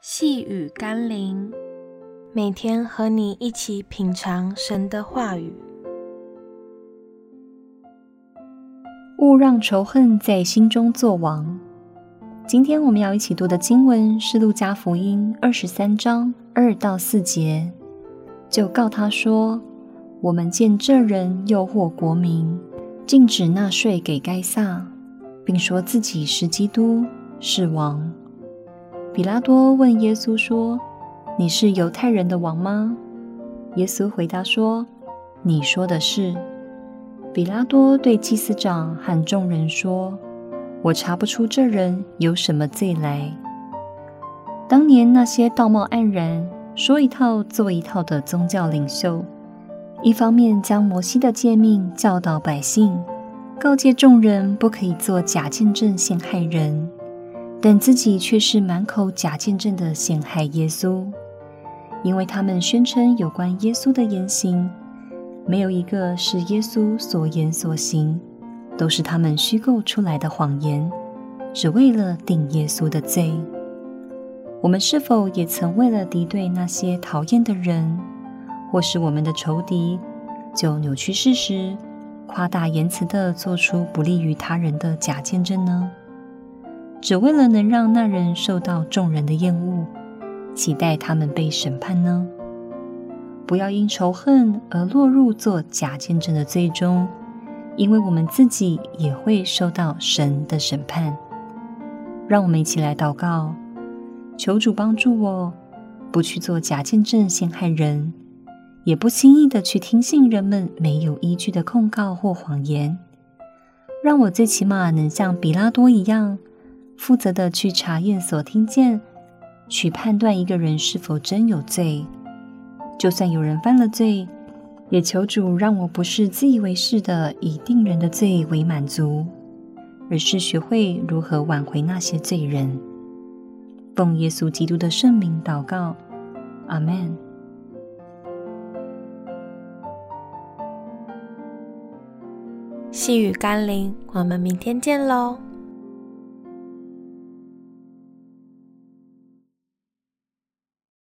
细雨甘霖，每天和你一起品尝神的话语。 勿让仇恨在心中作王。今天我们要一起读的经文是路加福音23章2到4节。就告他说，我们见这人诱惑国民，禁止纳税给该撒，并说自己是基督，是王。比拉多问耶稣说，你是犹太人的王吗？耶稣回答说，你说的是。比拉多对祭司长和众人说，我查不出这人有什么罪来。当年那些道貌岸然，说一套做一套的宗教领袖，一方面将摩西的诫命教导百姓，告诫众人不可以做假见证陷害人，但自己却是满口假见证的陷害耶稣。因为他们宣称有关耶稣的言行，没有一个是耶稣所言所行，都是他们虚构出来的谎言，只为了定耶稣的罪。我们是否也曾为了敌对那些讨厌的人，或是我们的仇敌，就扭曲事实，夸大言辞地做出不利于他人的假见证呢？只为了能让那人受到众人的厌恶，期待他们被审判呢？不要因仇恨而落入做假见证的罪中，因为我们自己也会受到神的审判。让我们一起来祷告，求主帮助我，不去做假见证陷害人，也不轻易的去听信人们没有依据的控告或谎言。让我最起码能像比拉多一样，负责的去查验所听见，去判断一个人是否真有罪。就算有人犯了罪，也求主让我不是自以为是的以定人的罪为满足，而是学会如何挽回那些罪人。奉耶稣基督的圣名祷告，阿们。 细雨甘霖，我们明天见喽。